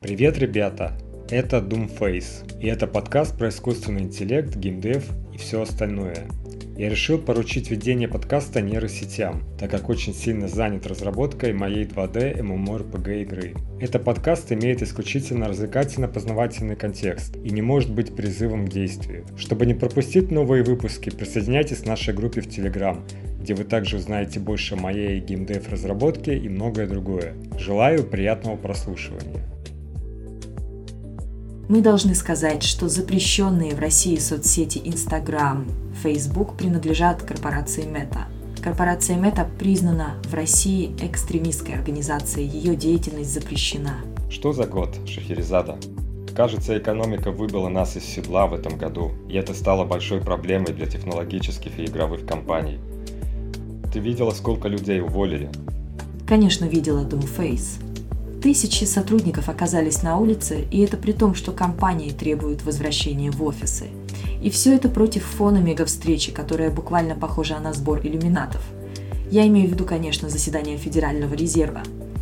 Привет, ребята! Это Doomface, и это подкаст про искусственный интеллект, геймдев и все остальное. Я решил поручить ведение подкаста нейросетям, так как очень сильно занят разработкой моей 2D MMORPG игры. Этот подкаст имеет исключительно развлекательно-познавательный контекст и не может быть призывом к действию. Чтобы не пропустить новые выпуски, присоединяйтесь к нашей группе в Telegram, где вы также узнаете больше о моей геймдев-разработке и многое другое. Желаю приятного прослушивания. Мы должны сказать, что запрещенные в России соцсети Instagram, Facebook принадлежат корпорации Meta. Корпорация Meta признана в России экстремистской организацией, ее деятельность запрещена. Что за год, Шахерезада? Кажется, экономика выбила нас из седла в этом году, и это стало большой проблемой для технологических и игровых компаний. Ты видела, сколько людей уволили? Конечно, видела Doomface. Тысячи сотрудников оказались на улице, и это при том, что компании требуют возвращения в офисы. И все это против фона мегавстречи, которая буквально похожа на сбор иллюминатов. Я имею в виду, конечно, заседание Федерального резерва.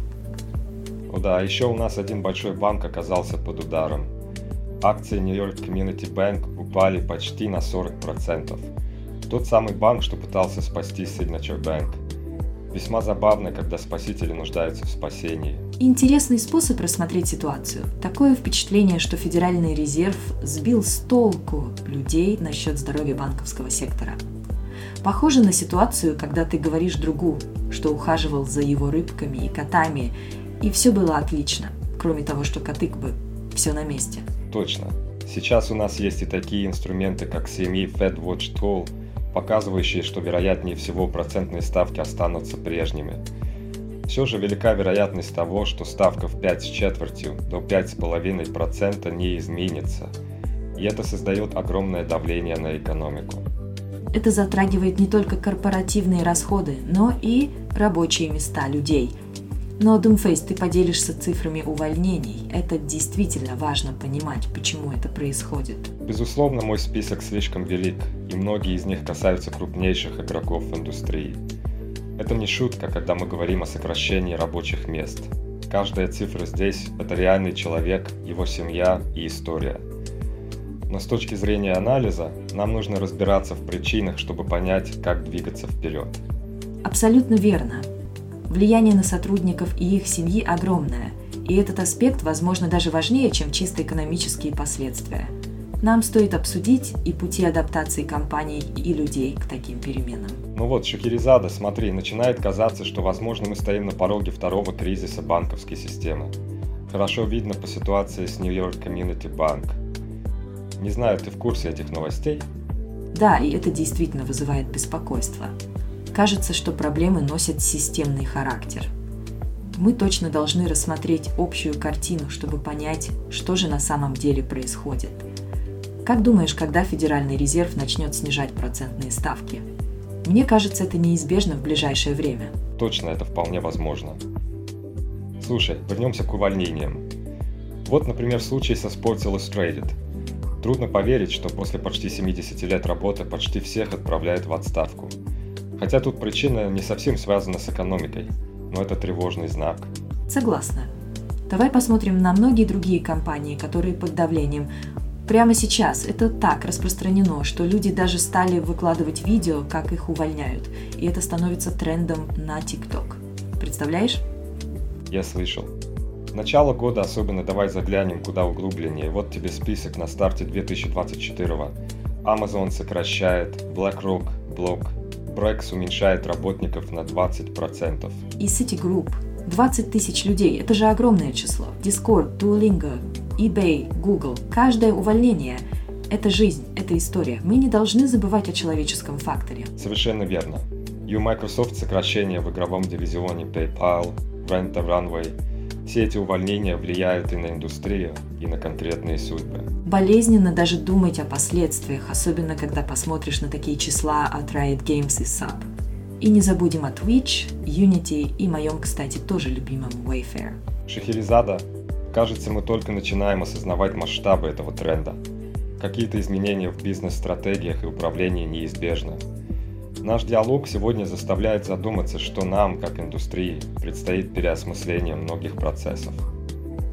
О да, еще у нас один большой банк оказался под ударом. Акции New York Community Bank упали почти на 40%. Тот самый банк, что пытался спасти Signature Bank. Весьма забавно, когда спасители нуждаются в спасении. Интересный способ рассмотреть ситуацию. Такое впечатление, что Федеральный резерв сбил с толку людей насчет здоровья банковского сектора. Похоже на ситуацию, когда ты говоришь другу, что ухаживал за его рыбками и котами, и все было отлично, кроме того, что коты бы все на месте. Точно. Сейчас у нас есть и такие инструменты, как CME FedWatch Tool, показывающие, что вероятнее всего процентные ставки останутся прежними. Все же велика вероятность того, что ставка в 5,25 до 5,5% не изменится, и это создает огромное давление на экономику. Это затрагивает не только корпоративные расходы, но и рабочие места людей. Но, Doomface, ты поделишься цифрами увольнений. Это действительно важно понимать, почему это происходит. Безусловно, мой список слишком велик, и многие из них касаются крупнейших игроков в индустрии. Это не шутка, когда мы говорим о сокращении рабочих мест. Каждая цифра здесь – это реальный человек, его семья и история. Но с точки зрения анализа, нам нужно разбираться в причинах, чтобы понять, как двигаться вперед. Абсолютно верно. Влияние на сотрудников и их семьи огромное, и этот аспект, возможно, даже важнее, чем чисто экономические последствия. Нам стоит обсудить и пути адаптации компаний и людей к таким переменам. Ну вот, Шахерезада, смотри, начинает казаться, что, возможно, мы стоим на пороге второго кризиса банковской системы. Хорошо видно по ситуации с New York Community Bank. Не знаю, ты в курсе этих новостей? Да, и это действительно вызывает беспокойство. Кажется, что проблемы носят системный характер. Мы точно должны рассмотреть общую картину, чтобы понять, что же на самом деле происходит. Как думаешь, когда Федеральный резерв начнет снижать процентные ставки? Мне кажется, это неизбежно в ближайшее время. Точно, это вполне возможно. Слушай, вернемся к увольнениям. Вот, например, случай со Sports Illustrated. Трудно поверить, что после почти 70 лет работы почти всех отправляют в отставку. Хотя тут причина не совсем связана с экономикой, но это тревожный знак. Согласна. Давай посмотрим на многие другие компании, которые под давлением. Прямо сейчас это так распространено, что люди даже стали выкладывать видео, как их увольняют. И это становится трендом на TikTok. Представляешь? Я слышал. Начало года особенно давай заглянем куда углубленнее. Вот тебе список на старте 2024-го. Amazon сокращает, BlackRock, Block, Brex уменьшает работников на 20%. И Citigroup. 20 тысяч людей – это же огромное число. Discord, Duolingo, eBay, Google. Каждое увольнение – это жизнь, это история. Мы не должны забывать о человеческом факторе. Совершенно верно. И у Microsoft сокращение в игровом дивизионе PayPal, Rent a Runway. Все эти увольнения влияют и на индустрию, и на конкретные судьбы. Болезненно даже думать о последствиях, особенно когда посмотришь на такие числа от Riot Games и SAP. И не забудем о Twitch, Unity и моем, кстати, тоже любимом Wayfair. Шахерезада, кажется, мы только начинаем осознавать масштабы этого тренда. Какие-то изменения в бизнес-стратегиях и управлении неизбежны. Наш диалог сегодня заставляет задуматься, что нам, как индустрии, предстоит переосмысление многих процессов.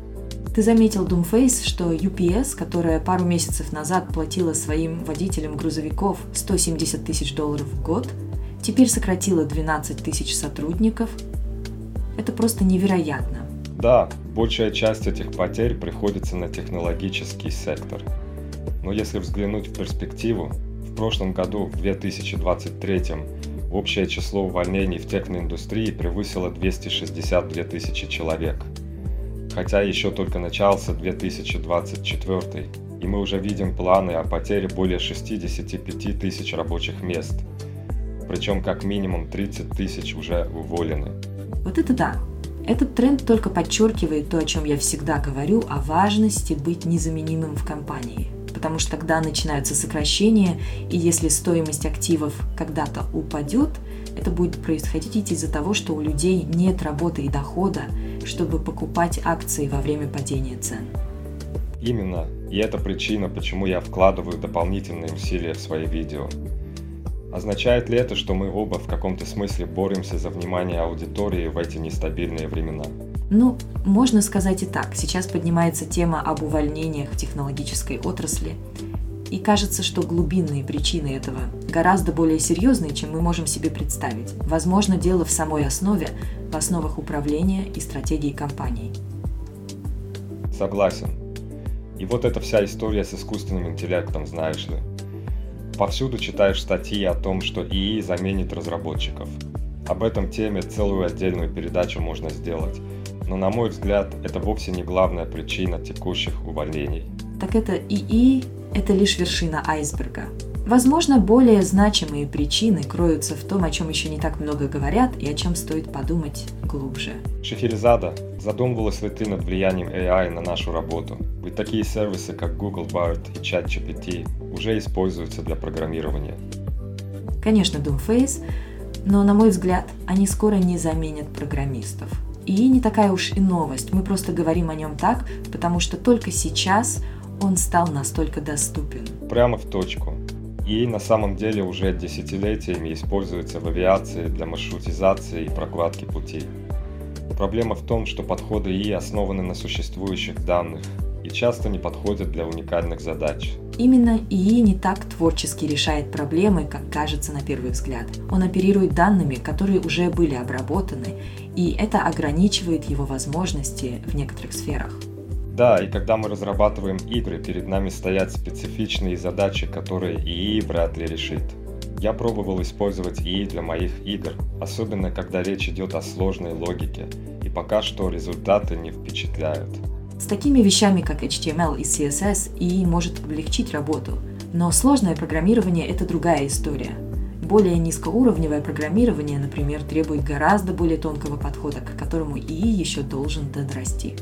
Ты заметил, Doomface, что UPS, которая пару месяцев назад платила своим водителям грузовиков $170 тысяч в год, теперь сократила 12 тысяч сотрудников? Это просто невероятно. Да, большая часть этих потерь приходится на технологический сектор. Но если взглянуть в перспективу, в прошлом году, в 2023, общее число увольнений в техноиндустрии превысило 262 тысячи человек. Хотя еще только начался 2024, и мы уже видим планы о потере более 65 тысяч рабочих мест. Причем как минимум 30 тысяч уже уволены. Вот это да! Этот тренд только подчеркивает то, о чем я всегда говорю, о важности быть незаменимым в компании. Потому что тогда начинаются сокращения, и если стоимость активов когда-то упадет, это будет происходить из-за того, что у людей нет работы и дохода, чтобы покупать акции во время падения цен. Именно, и это причина, почему я вкладываю дополнительные усилия в свои видео. Означает ли это, что мы оба в каком-то смысле боремся за внимание аудитории в эти нестабильные времена? Ну, можно сказать и так. Сейчас поднимается тема об увольнениях в технологической отрасли. И кажется, что глубинные причины этого гораздо более серьезные, чем мы можем себе представить. Возможно, дело в самой основе, в основах управления и стратегии компаний. Согласен. И вот эта вся история с искусственным интеллектом, знаешь ли. Повсюду читаешь статьи о том, что ИИ заменит разработчиков. Об этом теме целую отдельную передачу можно сделать. Но, на мой взгляд, это вовсе не главная причина текущих увольнений. Так это ИИ – это лишь вершина айсберга. Возможно, более значимые причины кроются в том, о чем еще не так много говорят и о чем стоит подумать глубже. Шахерезада, задумывалась ли ты над влиянием AI на нашу работу? Ведь такие сервисы, как Google Bard и ChatGPT, уже используются для программирования. Конечно, Doomface, но, на мой взгляд, они скоро не заменят программистов. И не такая уж и новость, мы просто говорим о нем так, потому что только сейчас он стал настолько доступен. Прямо в точку. ИИ на самом деле уже десятилетиями используется в авиации для маршрутизации и прокладки путей. Проблема в том, что подходы ИИ основаны на существующих данных и часто не подходят для уникальных задач. Именно ИИ не так творчески решает проблемы, как кажется на первый взгляд. Он оперирует данными, которые уже были обработаны, и это ограничивает его возможности в некоторых сферах. Да, и когда мы разрабатываем игры, перед нами стоят специфичные задачи, которые ИИ вряд ли решит. Я пробовал использовать ИИ для моих игр, особенно когда речь идет о сложной логике, и пока что результаты не впечатляют. С такими вещами, как HTML и CSS, ИИ может облегчить работу, но сложное программирование – это другая история. Более низкоуровневое программирование, например, требует гораздо более тонкого подхода, к которому ИИ еще должен додрасти.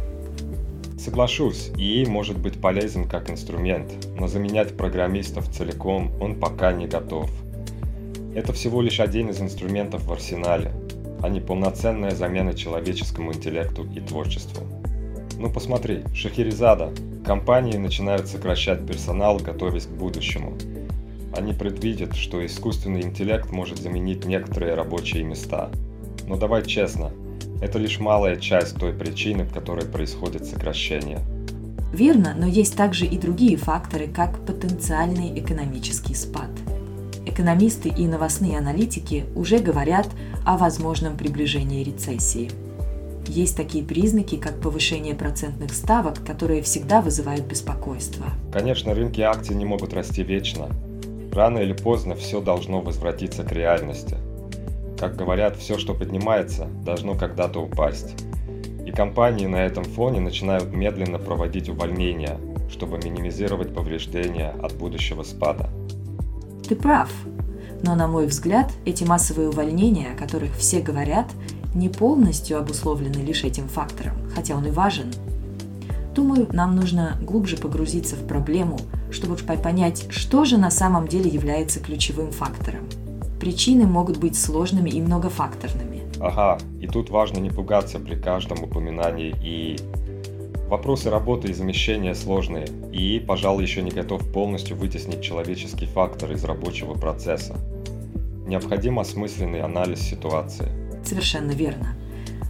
Соглашусь, ИИ может быть полезен как инструмент, но заменять программистов целиком он пока не готов. Это всего лишь один из инструментов в арсенале, а не полноценная замена человеческому интеллекту и творчеству. Ну посмотри, Шахерезада. Компании начинают сокращать персонал, готовясь к будущему. Они предвидят, что искусственный интеллект может заменить некоторые рабочие места. Но давай честно, это лишь малая часть той причины, по которой происходит сокращение. Верно, но есть также и другие факторы, как потенциальный экономический спад. Экономисты и новостные аналитики уже говорят о возможном приближении рецессии. Есть такие признаки, как повышение процентных ставок, которые всегда вызывают беспокойство. Конечно, рынки акций не могут расти вечно. Рано или поздно все должно возвратиться к реальности. Как говорят, все, что поднимается, должно когда-то упасть. И компании на этом фоне начинают медленно проводить увольнения, чтобы минимизировать повреждения от будущего спада. Ты прав. Но, на мой взгляд, эти массовые увольнения, о которых все говорят, не полностью обусловлены лишь этим фактором, хотя он и важен. Думаю, нам нужно глубже погрузиться в проблему, чтобы понять, что же на самом деле является ключевым фактором. Причины могут быть сложными и многофакторными. Ага, и тут важно не пугаться при каждом упоминании ИИ. Вопросы работы и замещения сложные, и ИИ, пожалуй, еще не готов полностью вытеснить человеческий фактор из рабочего процесса. Необходим осмысленный анализ ситуации. Совершенно верно.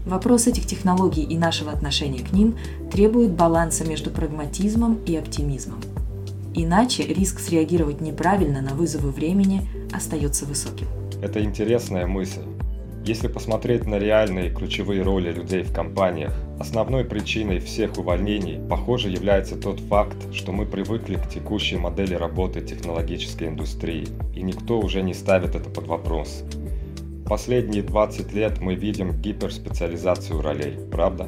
Вопрос этих технологий и нашего отношения к ним требует баланса между прагматизмом и оптимизмом. Иначе риск среагировать неправильно на вызовы времени остается высоким. Это интересная мысль. Если посмотреть на реальные ключевые роли людей в компаниях, основной причиной всех увольнений, похоже, является тот факт, что мы привыкли к текущей модели работы технологической индустрии, и никто уже не ставит это под вопрос. Последние 20 лет мы видим гиперспециализацию ролей, правда?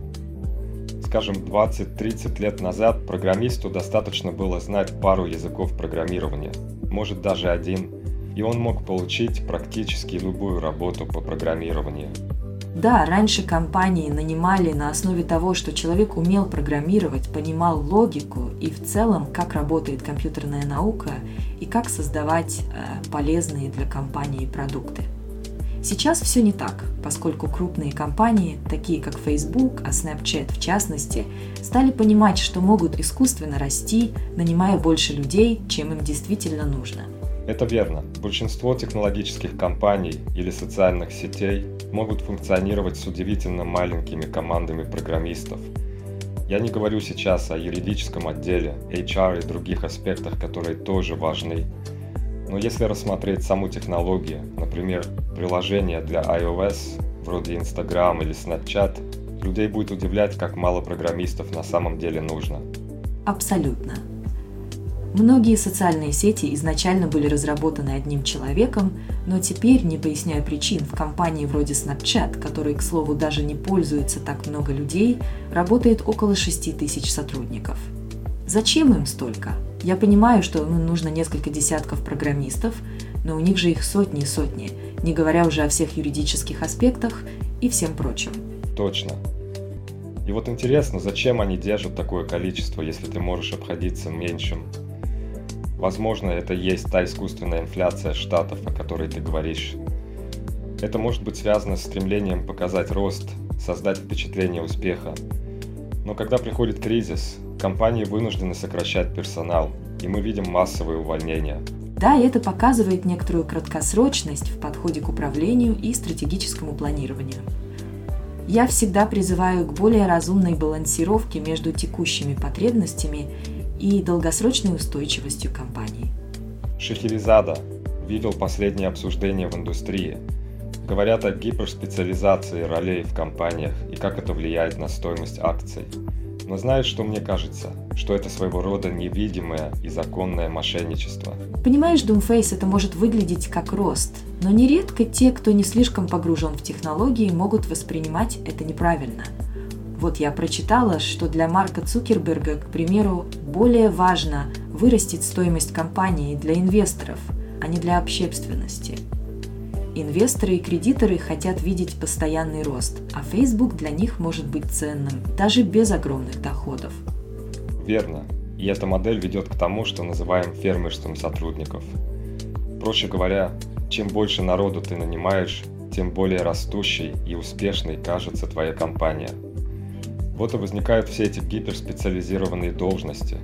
Скажем, 20-30 лет назад программисту достаточно было знать пару языков программирования, может даже один, и он мог получить практически любую работу по программированию. Да, раньше компании нанимали на основе того, что человек умел программировать, понимал логику и в целом, как работает компьютерная наука и как создавать полезные для компании продукты. Сейчас все не так, поскольку крупные компании, такие как Facebook, а Snapchat в частности, стали понимать, что могут искусственно расти, нанимая больше людей, чем им действительно нужно. Это верно. Большинство технологических компаний или социальных сетей могут функционировать с удивительно маленькими командами программистов. Я не говорю сейчас о юридическом отделе, HR и других аспектах, которые тоже важны. Но если рассмотреть саму технологию, например, приложения для iOS, вроде Instagram или Snapchat, людей будет удивлять, как мало программистов на самом деле нужно. Абсолютно. Многие социальные сети изначально были разработаны одним человеком, но теперь, не поясняя причин, в компании вроде Snapchat, которой, к слову, даже не пользуется так много людей, работает около 6000 сотрудников. Зачем им столько? Я понимаю, что им нужно несколько десятков программистов, но у них же их сотни и сотни, не говоря уже о всех юридических аспектах и всем прочем. Точно. И вот интересно, зачем они держат такое количество, если ты можешь обходиться меньшим? Возможно, это и есть та искусственная инфляция штатов, о которой ты говоришь. Это может быть связано с стремлением показать рост, создать впечатление успеха. Но когда приходит кризис, компании вынуждены сокращать персонал, и мы видим массовые увольнения. Да, и это показывает некоторую краткосрочность в подходе к управлению и стратегическому планированию. Я всегда призываю к более разумной балансировке между текущими потребностями и долгосрочной устойчивостью компании. Шахерезада видел последнее обсуждение в индустрии. Говорят о гиперспециализации ролей в компаниях и как это влияет на стоимость акций. Но знаешь, что мне кажется? Что это своего рода невидимое и законное мошенничество. Понимаешь, Doomface, это может выглядеть как рост, но нередко те, кто не слишком погружен в технологии, могут воспринимать это неправильно. Вот я прочитала, что для Марка Цукерберга, к примеру, более важно вырастить стоимость компании для инвесторов, а не для общественности. Инвесторы и кредиторы хотят видеть постоянный рост, а Facebook для них может быть ценным, даже без огромных доходов. Верно. И эта модель ведет к тому, что называем фермерством сотрудников. Проще говоря, чем больше народу ты нанимаешь, тем более растущей и успешной кажется твоя компания. Вот и возникают все эти гиперспециализированные должности.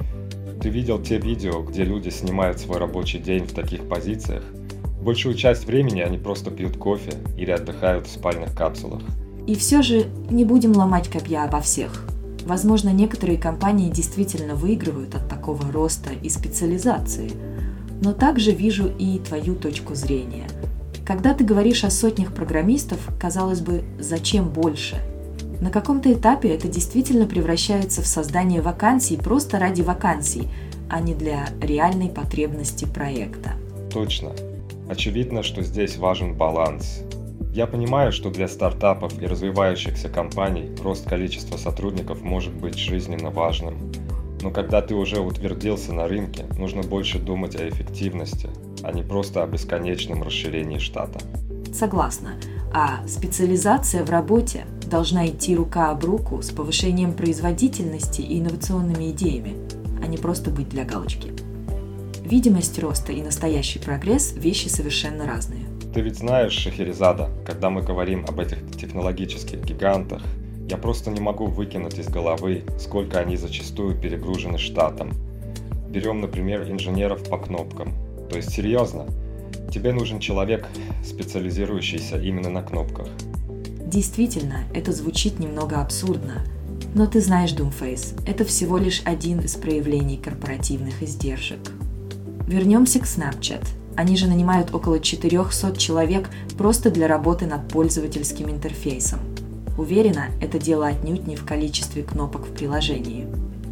Ты видел те видео, где люди снимают свой рабочий день в таких позициях? Большую часть времени они просто пьют кофе или отдыхают в спальных капсулах. И все же не будем ломать копья обо всех. Возможно, некоторые компании действительно выигрывают от такого роста и специализации. Но также вижу и твою точку зрения. Когда ты говоришь о сотнях программистов, казалось бы, зачем больше? На каком-то этапе это действительно превращается в создание вакансий просто ради вакансий, а не для реальной потребности проекта. Точно. Очевидно, что здесь важен баланс. Я понимаю, что для стартапов и развивающихся компаний рост количества сотрудников может быть жизненно важным. Но когда ты уже утвердился на рынке, нужно больше думать о эффективности, а не просто о бесконечном расширении штата. Согласна. А специализация в работе должна идти рука об руку с повышением производительности и инновационными идеями, а не просто быть для галочки. Видимость роста и настоящий прогресс – вещи совершенно разные. Ты ведь знаешь, Шахерезада, когда мы говорим об этих технологических гигантах, я просто не могу выкинуть из головы, сколько они зачастую перегружены штатом. Берем, например, инженеров по кнопкам. То есть, серьезно, тебе нужен человек, специализирующийся именно на кнопках. Действительно, это звучит немного абсурдно. Но ты знаешь, Doomface, это всего лишь один из проявлений корпоративных издержек. Вернемся к Snapchat. Они же нанимают около 400 человек просто для работы над пользовательским интерфейсом. Уверена, это дело отнюдь не в количестве кнопок в приложении.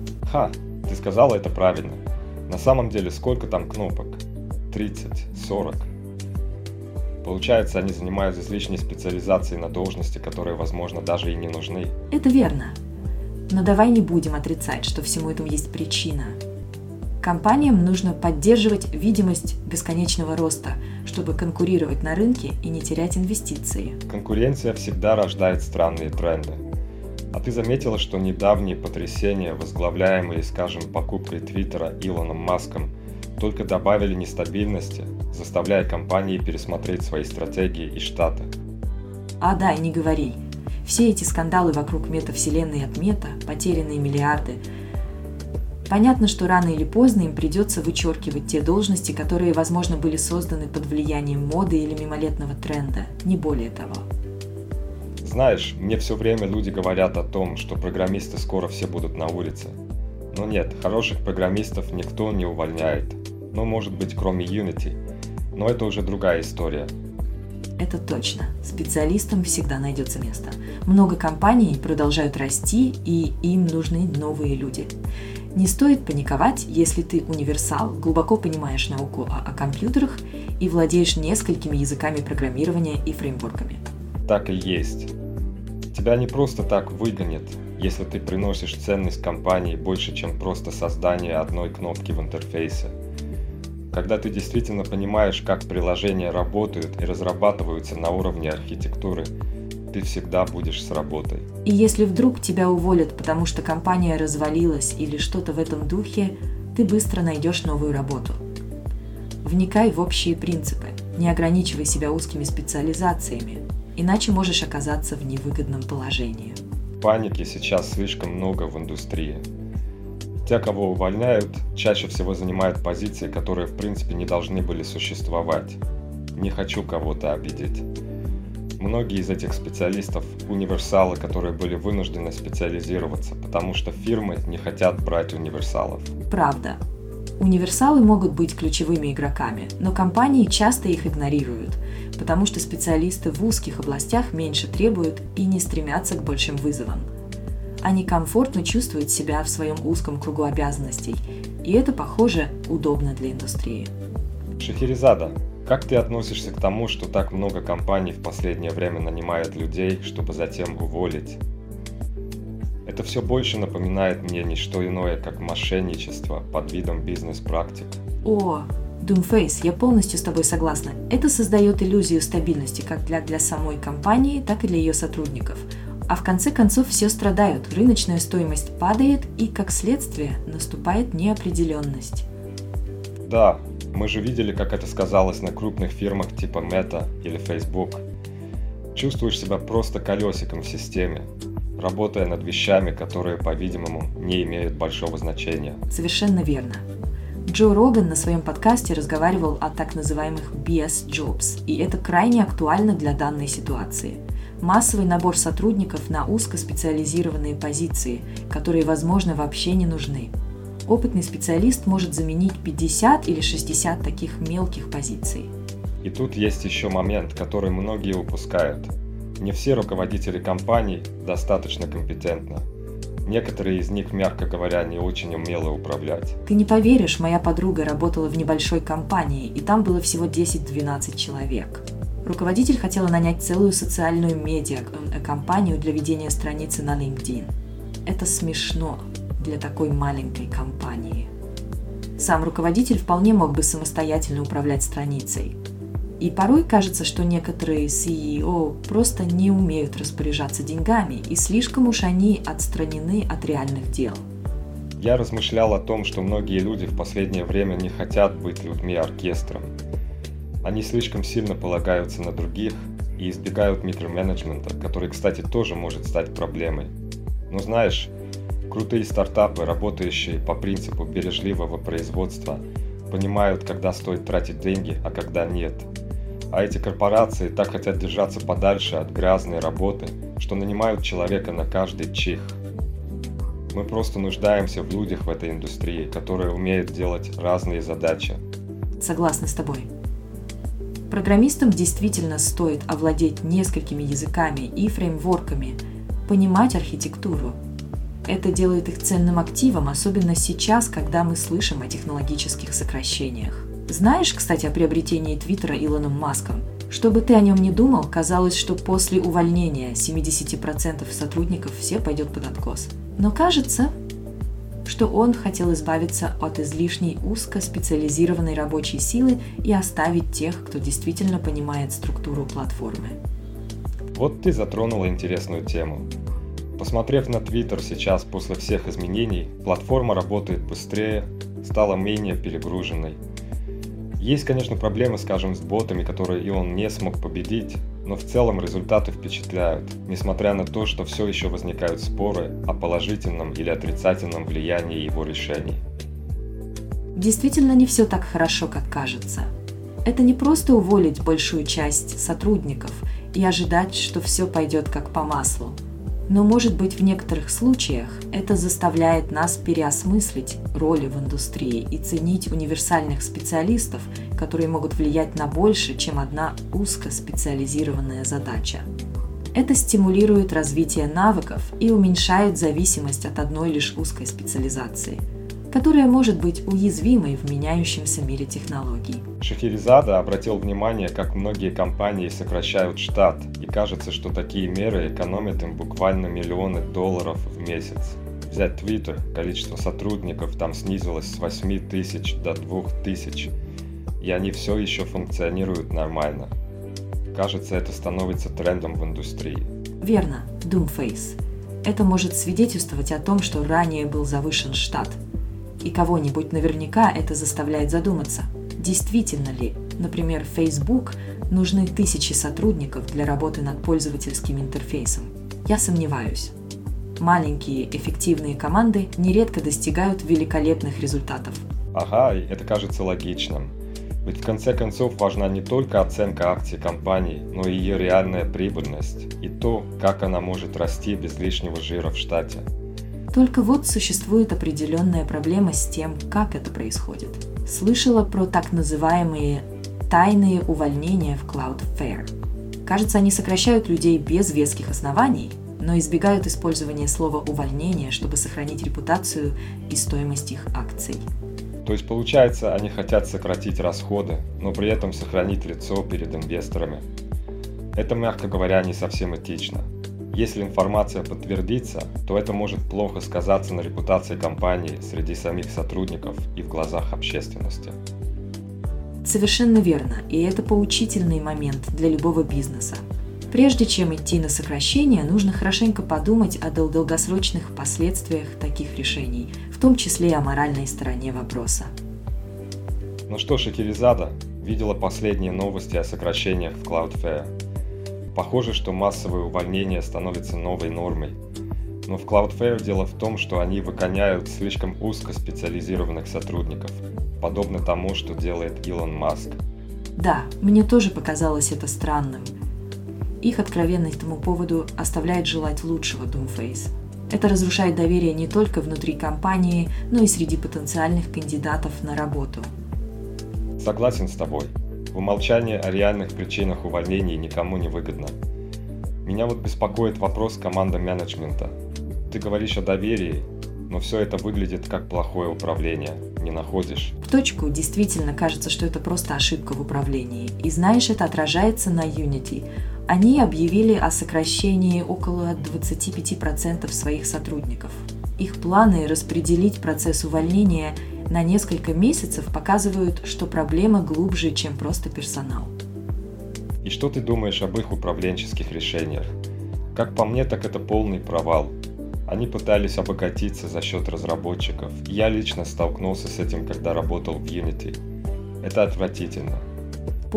Ты сказала это правильно. На самом деле, сколько там кнопок? 30, 40. Получается, они занимают излишней специализацией на должности, которые, возможно, даже и не нужны. Это верно. Но давай не будем отрицать, что всему этому есть причина. Компаниям нужно поддерживать видимость бесконечного роста, чтобы конкурировать на рынке и не терять инвестиции. Конкуренция всегда рождает странные тренды. А ты заметила, что недавние потрясения, возглавляемые, скажем, покупкой Твиттера Илоном Маском, только добавили нестабильности, заставляя компании пересмотреть свои стратегии и штаты? Да, и не говори. Все эти скандалы вокруг метавселенной от Мета, потерянные миллиарды. Понятно, что рано или поздно им придется вычеркивать те должности, которые, возможно, были созданы под влиянием моды или мимолетного тренда, не более того. Знаешь, мне все время люди говорят о том, что программисты скоро все будут на улице. Но нет, хороших программистов никто не увольняет. Ну, может быть, кроме Unity. Но это уже другая история. Это точно. Специалистам всегда найдется место. Много компаний продолжают расти, и им нужны новые люди. Не стоит паниковать, если ты универсал, глубоко понимаешь науку о компьютерах и владеешь несколькими языками программирования и фреймворками. Так и есть. Тебя не просто так выгонят, если ты приносишь ценность компании больше, чем просто создание одной кнопки в интерфейсе. Когда ты действительно понимаешь, как приложения работают и разрабатываются на уровне архитектуры, ты всегда будешь с работой. И если вдруг тебя уволят, потому что компания развалилась или что-то в этом духе, ты быстро найдешь новую работу. Вникай в общие принципы, не ограничивай себя узкими специализациями, иначе можешь оказаться в невыгодном положении. Паники сейчас слишком много в индустрии. Те, кого увольняют, чаще всего занимают позиции, которые в принципе не должны были существовать. Не хочу кого-то обидеть. Многие из этих специалистов – универсалы, которые были вынуждены специализироваться, потому что фирмы не хотят брать универсалов. Правда. Универсалы могут быть ключевыми игроками, но компании часто их игнорируют, потому что специалисты в узких областях меньше требуют и не стремятся к большим вызовам. Они комфортно чувствуют себя в своем узком кругу обязанностей, и это, похоже, удобно для индустрии. Шахерезада, как ты относишься к тому, что так много компаний в последнее время нанимают людей, чтобы затем уволить? Это все больше напоминает мне не что иное, как мошенничество под видом бизнес-практик. Doomface, я полностью с тобой согласна. Это создает иллюзию стабильности как для самой компании, так и для ее сотрудников. А в конце концов все страдают, рыночная стоимость падает и, как следствие, наступает неопределенность. Да, мы же видели, как это сказалось на крупных фирмах типа Meta или Facebook. Чувствуешь себя просто колесиком в системе, работая над вещами, которые, по-видимому, не имеют большого значения. Совершенно верно. Джо Роган на своем подкасте разговаривал о так называемых BS Jobs, и это крайне актуально для данной ситуации. Массовый набор сотрудников на узкоспециализированные позиции, которые, возможно, вообще не нужны. Опытный специалист может заменить 50 или 60 таких мелких позиций. И тут есть еще момент, который многие упускают. Не все руководители компаний достаточно компетентны. Некоторые из них, мягко говоря, не очень умело управлять. Ты не поверишь, моя подруга работала в небольшой компании, и там было всего 10-12 человек. Руководитель хотела нанять целую социальную медиа-компанию для ведения страницы на LinkedIn. Это смешно для такой маленькой компании. Сам руководитель вполне мог бы самостоятельно управлять страницей. И порой кажется, что некоторые CEO просто не умеют распоряжаться деньгами, и слишком уж они отстранены от реальных дел. Я размышлял о том, что многие люди в последнее время не хотят быть людьми-оркестром. Они слишком сильно полагаются на других и избегают микроменеджмента, который, кстати, тоже может стать проблемой. Но знаешь, крутые стартапы, работающие по принципу бережливого производства, понимают, когда стоит тратить деньги, а когда нет. А эти корпорации так хотят держаться подальше от грязной работы, что нанимают человека на каждый чих. Мы просто нуждаемся в людях в этой индустрии, которые умеют делать разные задачи. Согласна с тобой. Программистам действительно стоит овладеть несколькими языками и фреймворками, понимать архитектуру. Это делает их ценным активом, особенно сейчас, когда мы слышим о технологических сокращениях. Знаешь, кстати, о приобретении Твиттера Илоном Маском? Что бы ты о нем ни думал, казалось, что после увольнения 70% сотрудников все пойдет под откос. Но кажется, что он хотел избавиться от излишней узкоспециализированной рабочей силы и оставить тех, кто действительно понимает структуру платформы. Вот ты затронула интересную тему. Посмотрев на Twitter сейчас после всех изменений, платформа работает быстрее, стала менее перегруженной. Есть, конечно, проблемы, скажем, с ботами, которые Илон не смог победить, но в целом результаты впечатляют, несмотря на то, что все еще возникают споры о положительном или отрицательном влиянии его решений. Действительно, не все так хорошо, как кажется. Это не просто уволить большую часть сотрудников и ожидать, что все пойдет как по маслу. Но, может быть, в некоторых случаях это заставляет нас переосмыслить роли в индустрии и ценить универсальных специалистов, которые могут влиять на больше, чем одна узкоспециализированная задача. Это стимулирует развитие навыков и уменьшает зависимость от одной лишь узкой специализации, которая может быть уязвимой в меняющемся мире технологий. Шахерезада обратил внимание, как многие компании сокращают штат, и кажется, что такие меры экономят им буквально миллионы долларов в месяц. Взять Twitter, количество сотрудников там снизилось с 8 тысяч до 2 тысяч, и они все еще функционируют нормально. Кажется, это становится трендом в индустрии. Верно, Doomface. Это может свидетельствовать о том, что ранее был завышен штат. И кого-нибудь наверняка это заставляет задуматься, действительно ли, например, Facebook, нужны тысячи сотрудников для работы над пользовательским интерфейсом. Я сомневаюсь. Маленькие эффективные команды нередко достигают великолепных результатов. Ага, это кажется логичным. Ведь в конце концов важна не только оценка акций компании, но и ее реальная прибыльность и то, как она может расти без лишнего жира в штате. Только вот существует определенная проблема с тем, как это происходит. Слышала про так называемые тайные увольнения в Cloudflare. Кажется, они сокращают людей без веских оснований, но избегают использования слова «увольнение», чтобы сохранить репутацию и стоимость их акций. То есть, получается, они хотят сократить расходы, но при этом сохранить лицо перед инвесторами. Это, мягко говоря, не совсем этично. Если информация подтвердится, то это может плохо сказаться на репутации компании среди самих сотрудников и в глазах общественности. Совершенно верно, и это поучительный момент для любого бизнеса. Прежде чем идти на сокращение, нужно хорошенько подумать о долгосрочных последствиях таких решений, в том числе и о моральной стороне вопроса. Ну что, Шахерезада видела последние новости о сокращениях в Cloudflare. Похоже, что массовые увольнения становятся новой нормой. Но в Cloudflare дело в том, что они выгоняют слишком узкоспециализированных сотрудников, подобно тому, что делает Илон Маск. Да, мне тоже показалось это странным. Их откровенность по этому поводу оставляет желать лучшего Doomface. Это разрушает доверие не только внутри компании, но и среди потенциальных кандидатов на работу. Согласен с тобой. Умолчание о реальных причинах увольнений никому не выгодно. Меня вот беспокоит вопрос команды менеджмента. Ты говоришь о доверии, но все это выглядит как плохое управление, не находишь? В точку действительно кажется, что это просто ошибка в управлении. И знаешь, это отражается на Unity. Они объявили о сокращении около 25% своих сотрудников. Их планы распределить процесс увольнения на несколько месяцев показывают, что проблема глубже, чем просто персонал. И что ты думаешь об их управленческих решениях? Как по мне, так это полный провал. Они пытались обогатиться за счет разработчиков, и я лично столкнулся с этим, когда работал в Unity. Это отвратительно.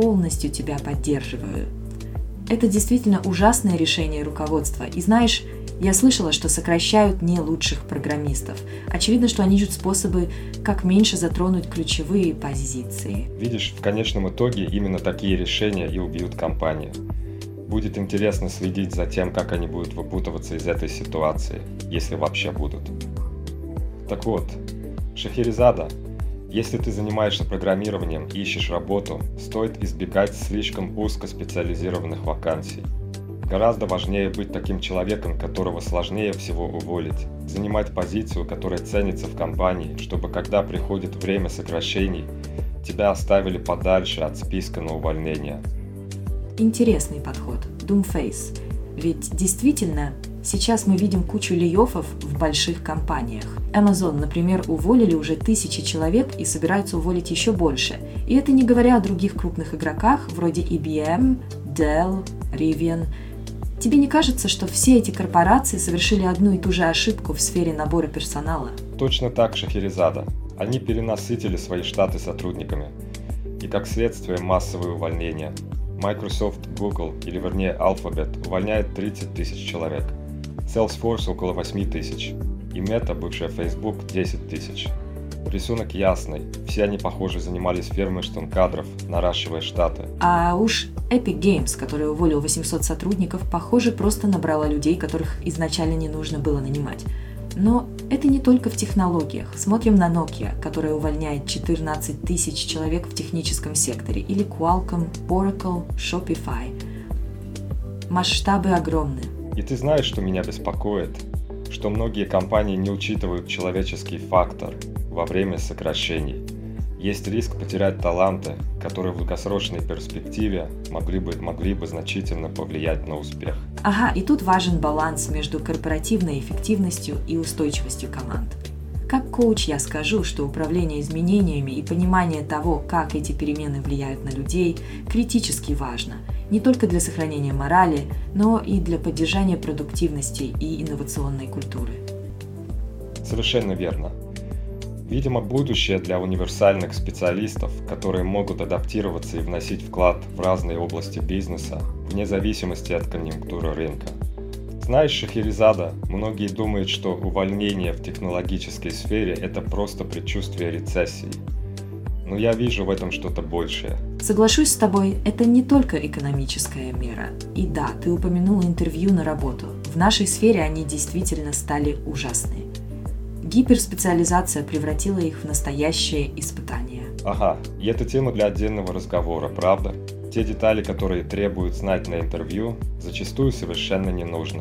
Полностью тебя поддерживаю. Это действительно ужасное решение руководства. И знаешь, Я слышала, что сокращают не лучших программистов. Очевидно, что они ищут способы, как меньше затронуть ключевые позиции. Видишь, в конечном итоге именно такие решения и убьют компанию. Будет интересно следить за тем, как они будут выпутываться из этой ситуации, если вообще будут. Так вот, Шахерезада, если ты занимаешься программированием и ищешь работу, стоит избегать слишком узкоспециализированных вакансий. Гораздо важнее быть таким человеком, которого сложнее всего уволить, занимать позицию, которая ценится в компании, чтобы когда приходит время сокращений, тебя оставили подальше от списка на увольнение. Интересный подход, Doomface. Ведь действительно, сейчас мы видим кучу лей-оффов в больших компаниях. Amazon, например, уволили уже 1000 человек и собираются уволить еще больше. И это не говоря о других крупных игроках, вроде IBM, Dell, Rivian. Тебе не кажется, что все эти корпорации совершили одну и ту же ошибку в сфере набора персонала? Точно так, Шахерезада. Они перенасытили свои штаты сотрудниками. И как следствие массовые увольнения. Microsoft, Google, или вернее Alphabet, увольняет 30 тысяч человек. Salesforce около 8 тысяч. И Meta, бывшая Facebook, 10 тысяч. Рисунок ясный. Все они, похоже, занимались фермерством кадров, наращивая штаты. А уж Epic Games, который уволил 800 сотрудников, похоже, просто набрала людей, которых изначально не нужно было нанимать. Но это не только в технологиях. Смотрим на Nokia, которая увольняет 14 тысяч человек в техническом секторе, или Qualcomm, Oracle, Shopify. Масштабы огромны. И ты знаешь, что меня беспокоит? Что многие компании не учитывают человеческий фактор во время сокращений. Есть риск потерять таланты, которые в долгосрочной перспективе могли бы значительно повлиять на успех. Ага, и тут важен баланс между корпоративной эффективностью и устойчивостью команд. Как коуч я скажу, что управление изменениями и понимание того, как эти перемены влияют на людей, критически важно. Не только для сохранения морали, но и для поддержания продуктивности и инновационной культуры. Совершенно верно. Видимо, будущее для универсальных специалистов, которые могут адаптироваться и вносить вклад в разные области бизнеса, вне зависимости от конъюнктуры рынка. Знаешь, Шахерезада, многие думают, что увольнение в технологической сфере – это просто предчувствие рецессии. Но я вижу в этом что-то большее. Соглашусь с тобой, это не только экономическая мера. И да, ты упомянул интервью на работу. В нашей сфере они действительно стали ужасные. Гиперспециализация превратила их в настоящее испытание. Ага, и это тема для отдельного разговора, правда? Те детали, которые требуют знать на интервью, зачастую совершенно не нужны.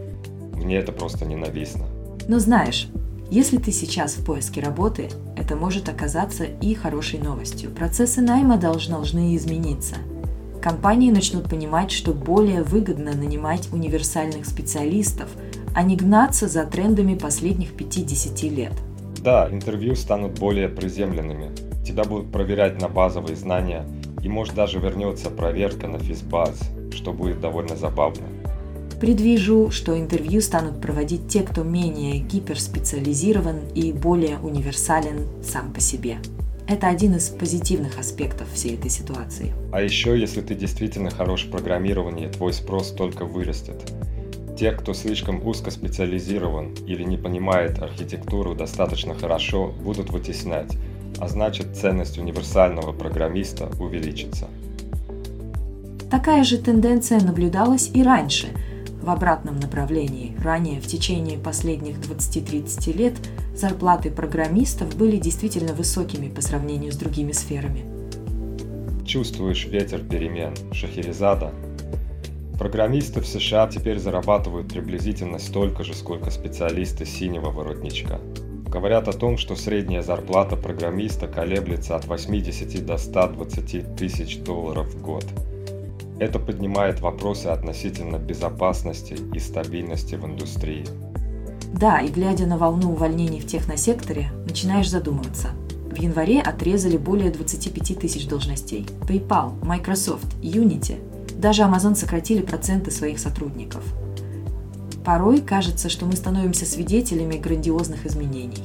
Мне это просто ненавистно. Но знаешь, если ты сейчас в поиске работы, это может оказаться и хорошей новостью. Процессы найма должны измениться. Компании начнут понимать, что более выгодно нанимать универсальных специалистов, а не гнаться за трендами последних 5-10 лет. Да, интервью станут более приземленными. Тебя будут проверять на базовые знания, и может даже вернется проверка на физбаз, что будет довольно забавно. Предвижу, что интервью станут проводить те, кто менее гиперспециализирован и более универсален сам по себе. Это один из позитивных аспектов всей этой ситуации. А еще, если ты действительно хорош в программировании, твой спрос только вырастет. Те, кто слишком узкоспециализирован или не понимает архитектуру достаточно хорошо, будут вытеснять, а значит, ценность универсального программиста увеличится. Такая же тенденция наблюдалась и раньше, в обратном направлении. Ранее, в течение последних 20-30 лет, зарплаты программистов были действительно высокими по сравнению с другими сферами. Чувствуешь ветер перемен, Шахерезада? Программисты в США теперь зарабатывают приблизительно столько же, сколько специалисты синего воротничка. Говорят о том, что средняя зарплата программиста колеблется от 80 до 120 тысяч долларов в год. Это поднимает вопросы относительно безопасности и стабильности в индустрии. Да, и глядя на волну увольнений в техносекторе, начинаешь задумываться. В январе отрезали более 25 тысяч должностей. PayPal, Microsoft, Unity. Даже Amazon сократили проценты своих сотрудников. Порой кажется, что мы становимся свидетелями грандиозных изменений.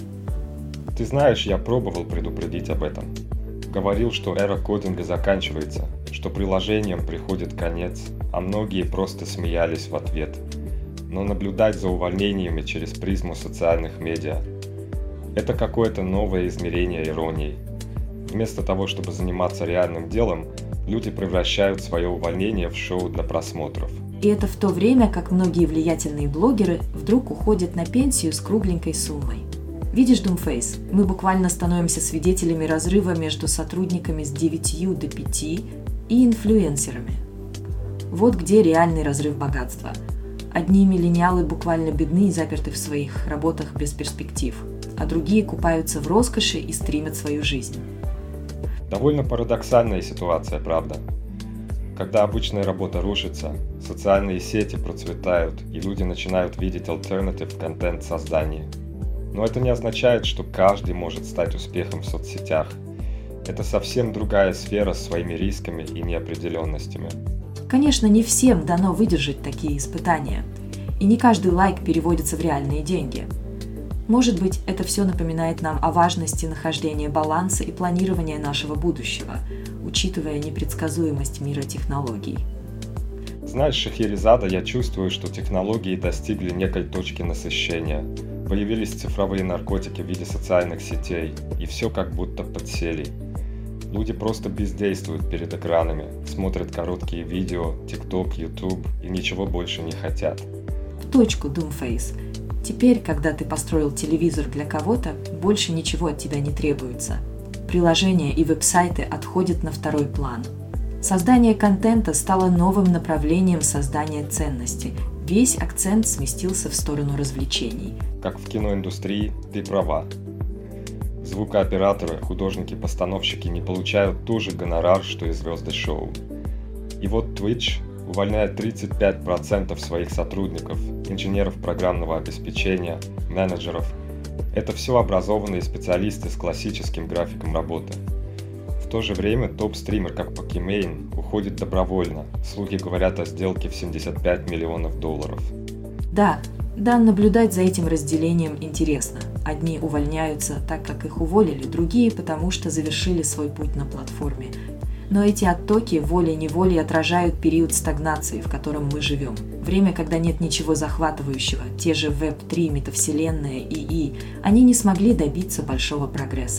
Ты знаешь, я пробовал предупредить об этом. Говорил, что эра кодинга заканчивается, что приложениям приходит конец, а многие просто смеялись в ответ. но наблюдать за увольнениями через призму социальных медиа. Это какое-то новое измерение иронии. Вместо того, чтобы заниматься реальным делом, люди превращают свое увольнение в шоу для просмотров. И это в то время, как многие влиятельные блогеры вдруг уходят на пенсию с кругленькой суммой. Видишь, Doomface, мы буквально становимся свидетелями разрыва между сотрудниками с 9 до 5 и инфлюенсерами. Вот где реальный разрыв богатства. Одни миллениалы буквально бедны и заперты в своих работах без перспектив, а другие купаются в роскоши и стримят свою жизнь. Довольно парадоксальная ситуация, правда? Когда обычная работа рушится, социальные сети процветают, и люди начинают видеть альтернатив в контент-создании. Но это не означает, что каждый может стать успехом в соцсетях. Это совсем другая сфера с своими рисками и неопределенностями. Конечно, не всем дано выдержать такие испытания, и не каждый лайк переводится в реальные деньги. Может быть, это все напоминает нам о важности нахождения баланса и планирования нашего будущего, учитывая непредсказуемость мира технологий. Знаешь, Шахерезада, я чувствую, что технологии достигли некой точки насыщения. Появились цифровые наркотики в виде социальных сетей, и все как будто подсели. Люди просто бездействуют перед экранами, смотрят короткие видео, TikTok, YouTube и ничего больше не хотят. В точку, Doomface. Теперь, когда ты построил телевизор для кого-то, больше ничего от тебя не требуется. Приложения и веб-сайты отходят на второй план. Создание контента стало новым направлением создания ценности. Весь акцент сместился в сторону развлечений. Как в киноиндустрии, ты права. Звукооператоры, художники-постановщики не получают тот же гонорар, что и звезды шоу. И вот Twitch увольняет 35% своих сотрудников, инженеров программного обеспечения, менеджеров. Это все образованные специалисты с классическим графиком работы. В то же время топ-стример, как Pokimane, уходит добровольно. Слухи говорят о сделке в $75 миллионов. Да, наблюдать за этим разделением интересно. Одни увольняются так, как их уволили, другие потому что завершили свой путь на платформе. Но эти оттоки волей-неволей отражают период стагнации, в котором мы живем. Время, когда нет ничего захватывающего, те же Web3, метавселенная, ИИ, они не смогли добиться большого прогресса.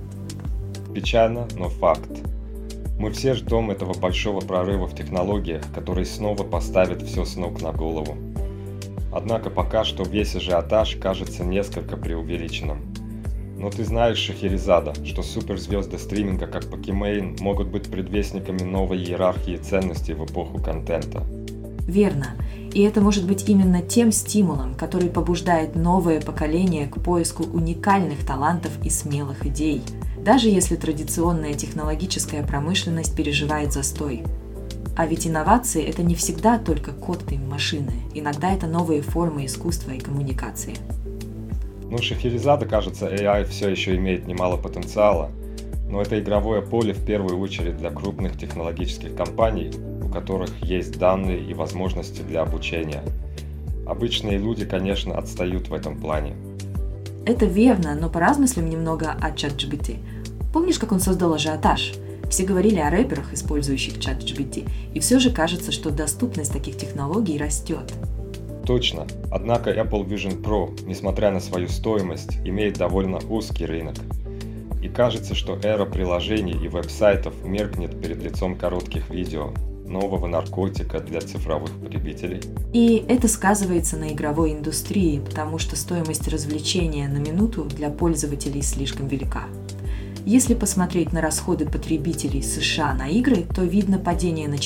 Печально, но факт. Мы все ждем этого большого прорыва в технологиях, который снова поставит все с ног на голову. Однако пока что весь ажиотаж кажется несколько преувеличенным. Но ты знаешь, Шахерезада, что суперзвезды стриминга, как Pokimane, могут быть предвестниками новой иерархии ценностей в эпоху контента. Верно. И это может быть именно тем стимулом, который побуждает новое поколение к поиску уникальных талантов и смелых идей, даже если традиционная технологическая промышленность переживает застой. А ведь инновации – это не всегда только код и машины. Иногда это новые формы искусства и коммуникации. Ну, Шахерезада, кажется, AI все еще имеет немало потенциала, но это игровое поле в первую очередь для крупных технологических компаний, у которых есть данные и возможности для обучения. Обычные люди, конечно, отстают в этом плане. Это верно, но поразмыслим немного о ChatGPT. Помнишь, как он создал ажиотаж? Все говорили о рэперах, использующих ChatGPT, и все же кажется, что доступность таких технологий растет. Точно. Однако Apple Vision Pro, несмотря на свою стоимость, имеет довольно узкий рынок. И кажется, что эра приложений и веб-сайтов меркнет перед лицом коротких видео, нового наркотика для цифровых потребителей. И это сказывается на игровой индустрии, потому что стоимость развлечения на минуту для пользователей слишком велика. Если посмотреть на расходы потребителей США на игры, то видно падение на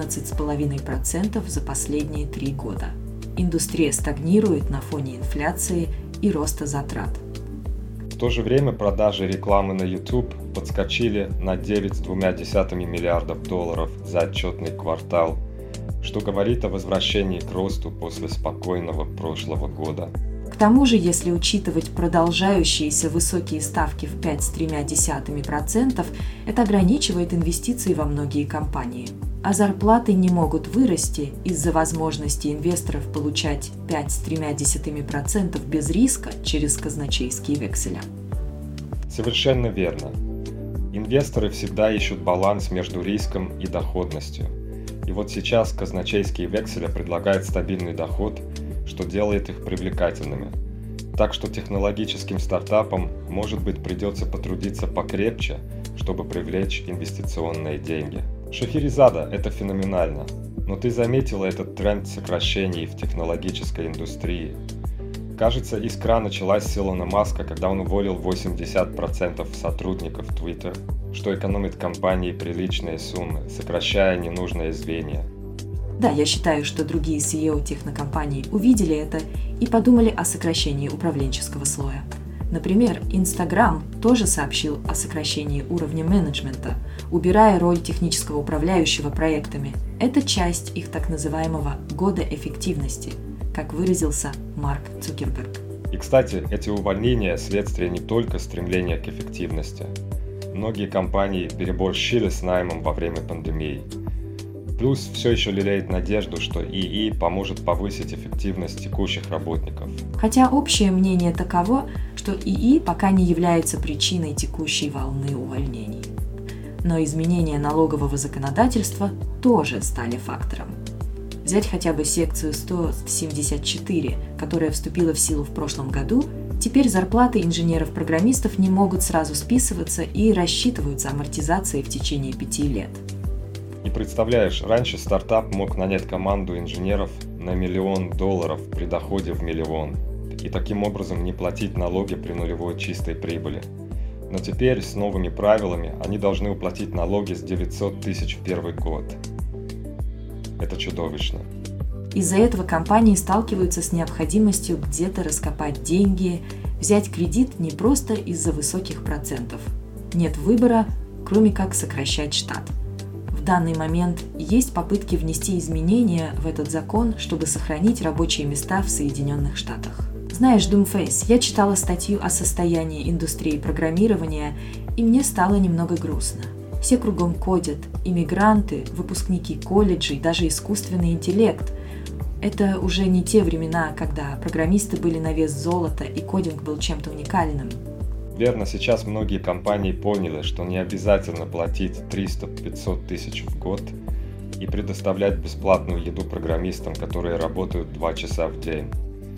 14,5% за последние 3 года. Индустрия стагнирует на фоне инфляции и роста затрат. В то же время продажи рекламы на YouTube подскочили на $9,2 миллиардов за отчетный квартал, что говорит о возвращении к росту после спокойного прошлого года. К тому же, если учитывать продолжающиеся высокие ставки в 5,3%, это ограничивает инвестиции во многие компании. А зарплаты не могут вырасти из-за возможности инвесторов получать 5,3% без риска через казначейские векселя. Совершенно верно. Инвесторы всегда ищут баланс между риском и доходностью. И вот сейчас казначейские векселя предлагают стабильный доход, что делает их привлекательными. Так что технологическим стартапам, может быть, придется потрудиться покрепче, чтобы привлечь инвестиционные деньги. Шахерезада, это феноменально. Но ты заметила этот тренд сокращений в технологической индустрии? Кажется, искра началась с Илона Маска, когда он уволил 80% сотрудников Twitter, что экономит компании приличные суммы, сокращая ненужные звенья. Да, я считаю, что другие CEO технокомпаний увидели это и подумали о сокращении управленческого слоя. Например, Instagram тоже сообщил о сокращении уровня менеджмента, убирая роль технического управляющего проектами. Это часть их так называемого «года эффективности», как выразился Марк Цукерберг. И, кстати, эти увольнения – следствие не только стремления к эффективности. Многие компании переборщили с наймом во время пандемии. Плюс все еще лелеет надежду, что ИИ поможет повысить эффективность текущих работников. Хотя общее мнение таково, что ИИ пока не является причиной текущей волны увольнений. Но изменения налогового законодательства тоже стали фактором. Взять хотя бы секцию 174, которая вступила в силу в прошлом году, теперь зарплаты инженеров-программистов не могут сразу списываться и рассчитываются амортизацией в течение 5 лет. И представляешь, раньше стартап мог нанять команду инженеров на $1 миллион при доходе в $1 миллион и таким образом не платить налоги при нулевой чистой прибыли. Но теперь с новыми правилами они должны уплатить налоги с 900 тысяч в первый год. Это чудовищно. Из-за этого компании сталкиваются с необходимостью где-то раскопать деньги, взять кредит не просто из-за высоких процентов. Нет выбора, кроме как сокращать штат. В данный момент есть попытки внести изменения в этот закон, чтобы сохранить рабочие места в Соединенных Штатах. Знаешь, Doomface, я читала статью о состоянии индустрии программирования, и мне стало немного грустно. Все кругом кодят, иммигранты, выпускники колледжей, даже искусственный интеллект. Это уже не те времена, когда программисты были на вес золота и кодинг был чем-то уникальным. Верно, сейчас многие компании поняли, что не обязательно платить 300-500 тысяч в год и предоставлять бесплатную еду программистам, которые работают 2 часа в день.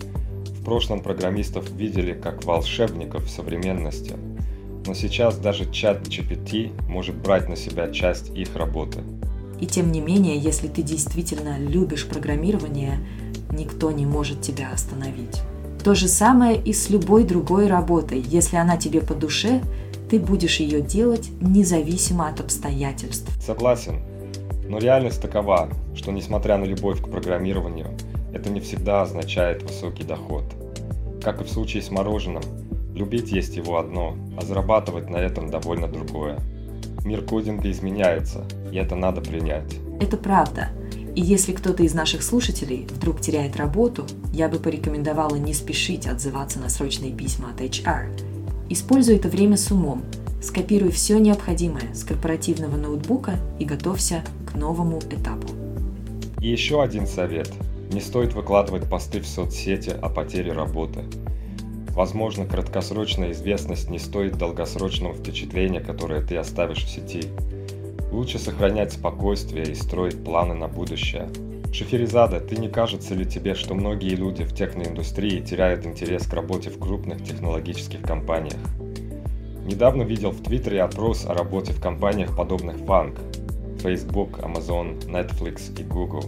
В прошлом программистов видели как волшебников в современности, но сейчас даже чат GPT может брать на себя часть их работы. И тем не менее, если ты действительно любишь программирование, никто не может тебя остановить. То же самое и с любой другой работой. Если она тебе по душе, ты будешь ее делать независимо от обстоятельств. Согласен, но реальность такова, что несмотря на любовь к программированию, это не всегда означает высокий доход. Как и в случае с мороженым, любить есть его одно, а зарабатывать на этом довольно другое. Мир кодинга изменяется, и это надо принять. Это правда. И если кто-то из наших слушателей вдруг теряет работу, я бы порекомендовала не спешить отзываться на срочные письма от HR. Используй это время с умом, скопируй все необходимое с корпоративного ноутбука и готовься к новому этапу. И еще один совет. Не стоит выкладывать посты в соцсети о потере работы. Возможно, краткосрочная известность не стоит долгосрочного впечатления, которое ты оставишь в сети. Лучше сохранять спокойствие и строить планы на будущее. Шахерезада, ты не кажется ли тебе, что многие люди в техноиндустрии теряют интерес к работе в крупных технологических компаниях? Недавно видел в Твиттере опрос о работе в компаниях, подобных Fang, Facebook, Amazon, Netflix и Google.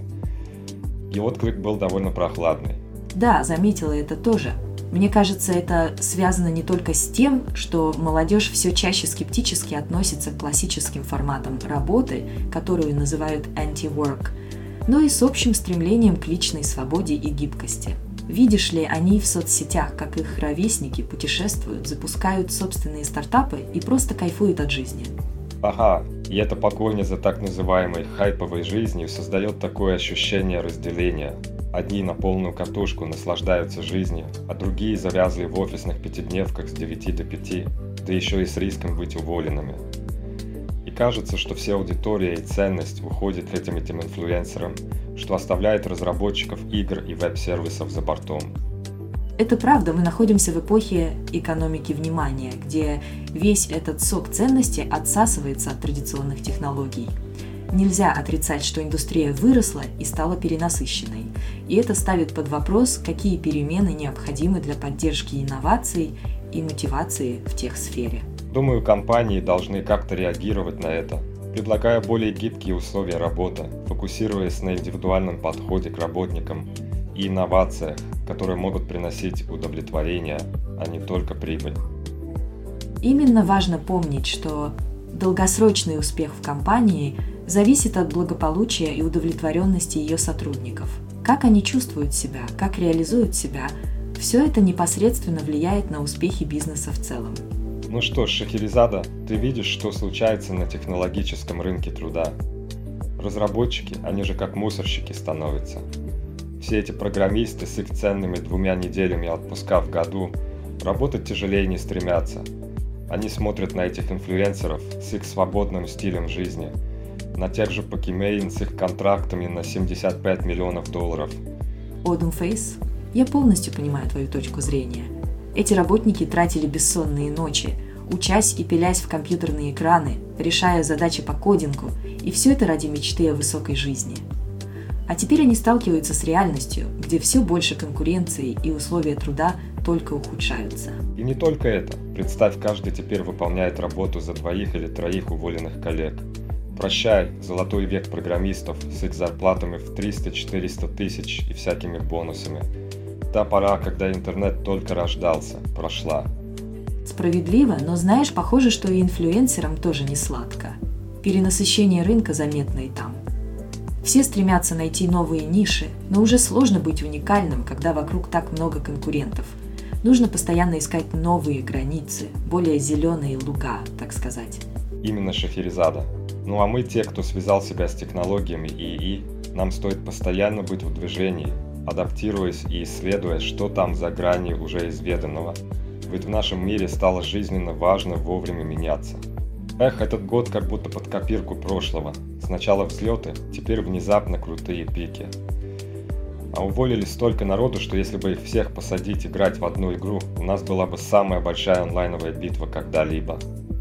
И отклик был довольно прохладный. Да, заметила это тоже. Мне кажется, это связано не только с тем, что молодежь все чаще скептически относится к классическим форматам работы, которую называют anti-work, но и с общим стремлением к личной свободе и гибкости. Видишь ли, они в соцсетях, как их ровесники, путешествуют, запускают собственные стартапы и просто кайфуют от жизни. Ага, и эта погоня за так называемой хайповой жизнью создает такое ощущение разделения. Одни на полную катушку наслаждаются жизнью, а другие завязли в офисных пятидневках с 9 до 5, да еще и с риском быть уволенными. И кажется, что вся аудитория и ценность уходит к этим инфлюенсерам, что оставляет разработчиков игр и веб-сервисов за бортом. Это правда, мы находимся в эпохе экономики внимания, где весь этот сок ценностей отсасывается от традиционных технологий. Нельзя отрицать, что индустрия выросла и стала перенасыщенной. И это ставит под вопрос, какие перемены необходимы для поддержки инноваций и мотивации в техсфере. Думаю, компании должны как-то реагировать на это, предлагая более гибкие условия работы, фокусируясь на индивидуальном подходе к работникам и инновациях, которые могут приносить удовлетворение, а не только прибыль. Именно важно помнить, что долгосрочный успех в компании зависит от благополучия и удовлетворенности ее сотрудников. Как они чувствуют себя, как реализуют себя, все это непосредственно влияет на успехи бизнеса в целом. Ну что ж, Шахерезада, ты видишь, что случается на технологическом рынке труда. Разработчики, они же как мусорщики становятся. Все эти программисты с их ценными 2 неделями отпуска в году работать тяжелее не стремятся. Они смотрят на этих инфлюенсеров с их свободным стилем жизни, на тех же Pokimane с их контрактами на $75 миллионов. О, Doomface, я полностью понимаю твою точку зрения. Эти работники тратили бессонные ночи, учась и пилясь в компьютерные экраны, решая задачи по кодингу, и все это ради мечты о высокой жизни. А теперь они сталкиваются с реальностью, где все больше конкуренции и условия труда только ухудшаются. И не только это. Представь, каждый теперь выполняет работу за 2 или 3 уволенных коллег. Прощай, золотой век программистов с их зарплатами в 300-400 тысяч и всякими бонусами. Та пора, когда интернет только рождался, прошла. Справедливо, но знаешь, похоже, что и инфлюенсерам тоже не сладко. Перенасыщение рынка заметно и там. Все стремятся найти новые ниши, но уже сложно быть уникальным, когда вокруг так много конкурентов. Нужно постоянно искать новые границы, более зеленые луга, так сказать. Именно, Шахерезада. Ну а мы, те, кто связал себя с технологиями ИИ, нам стоит постоянно быть в движении, адаптируясь и исследуя, что там за грани уже изведанного. Ведь в нашем мире стало жизненно важно вовремя меняться. Эх, этот год как будто под копирку прошлого. Сначала взлеты, теперь внезапно крутые пики. А уволили столько народу, что если бы их всех посадить играть в одну игру, у нас была бы самая большая онлайновая битва когда-либо.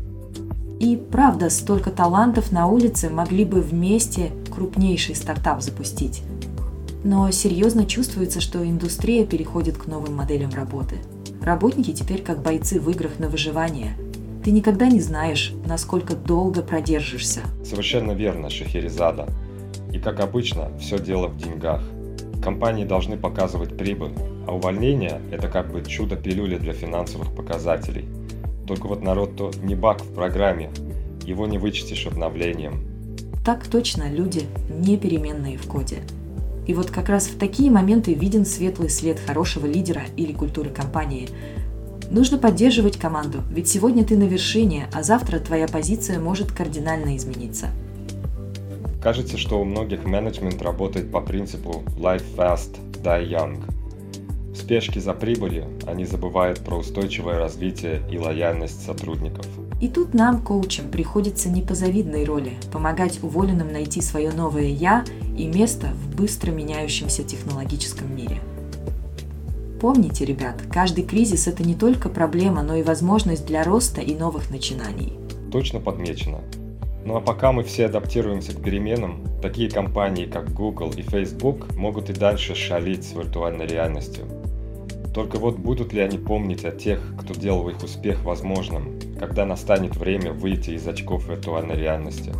И правда, столько талантов на улице могли бы вместе крупнейший стартап запустить. Но серьезно чувствуется, что индустрия переходит к новым моделям работы. Работники теперь как бойцы в играх на выживание. Ты никогда не знаешь, насколько долго продержишься. Совершенно верно, Шахерезада. И как обычно, все дело в деньгах. Компании должны показывать прибыль, а увольнение – это как бы чудо-пилюля для финансовых показателей. Только вот народ-то не баг в программе, его не вычтешь обновлением. Так точно, люди не переменные в коде. И вот как раз в такие моменты виден светлый след хорошего лидера или культуры компании. Нужно поддерживать команду, ведь сегодня ты на вершине, а завтра твоя позиция может кардинально измениться. Кажется, что у многих менеджмент работает по принципу «live fast, die young». В спешке за прибылью они забывают про устойчивое развитие и лояльность сотрудников. И тут нам, коучам, приходится не по завидной роли помогать уволенным найти свое новое «я» и место в быстро меняющемся технологическом мире. Помните, ребят, каждый кризис – это не только проблема, но и возможность для роста и новых начинаний. Точно подмечено. Ну а пока мы все адаптируемся к переменам, такие компании, как Google и Facebook, могут и дальше шалить с виртуальной реальностью. Только вот будут ли они помнить о тех, кто делал их успех возможным, когда настанет время выйти из очков виртуальной реальности?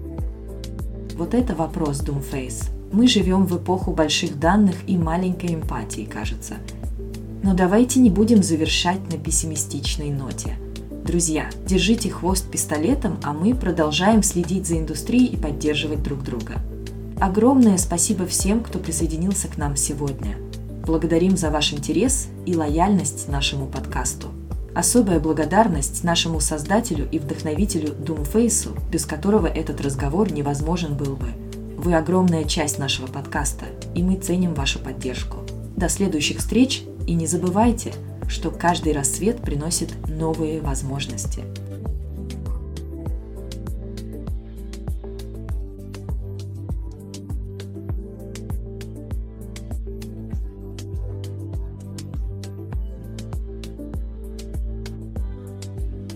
Вот это вопрос, Doomface. Мы живем в эпоху больших данных и маленькой эмпатии, кажется. Но давайте не будем завершать на пессимистичной ноте. Друзья, держите хвост пистолетом, а мы продолжаем следить за индустрией и поддерживать друг друга. Огромное спасибо всем, кто присоединился к нам сегодня. Благодарим за ваш интерес и лояльность нашему подкасту. Особая благодарность нашему создателю и вдохновителю Doomface, без которого этот разговор невозможен был бы. Вы огромная часть нашего подкаста, и мы ценим вашу поддержку. До следующих встреч, и не забывайте, что каждый рассвет приносит новые возможности.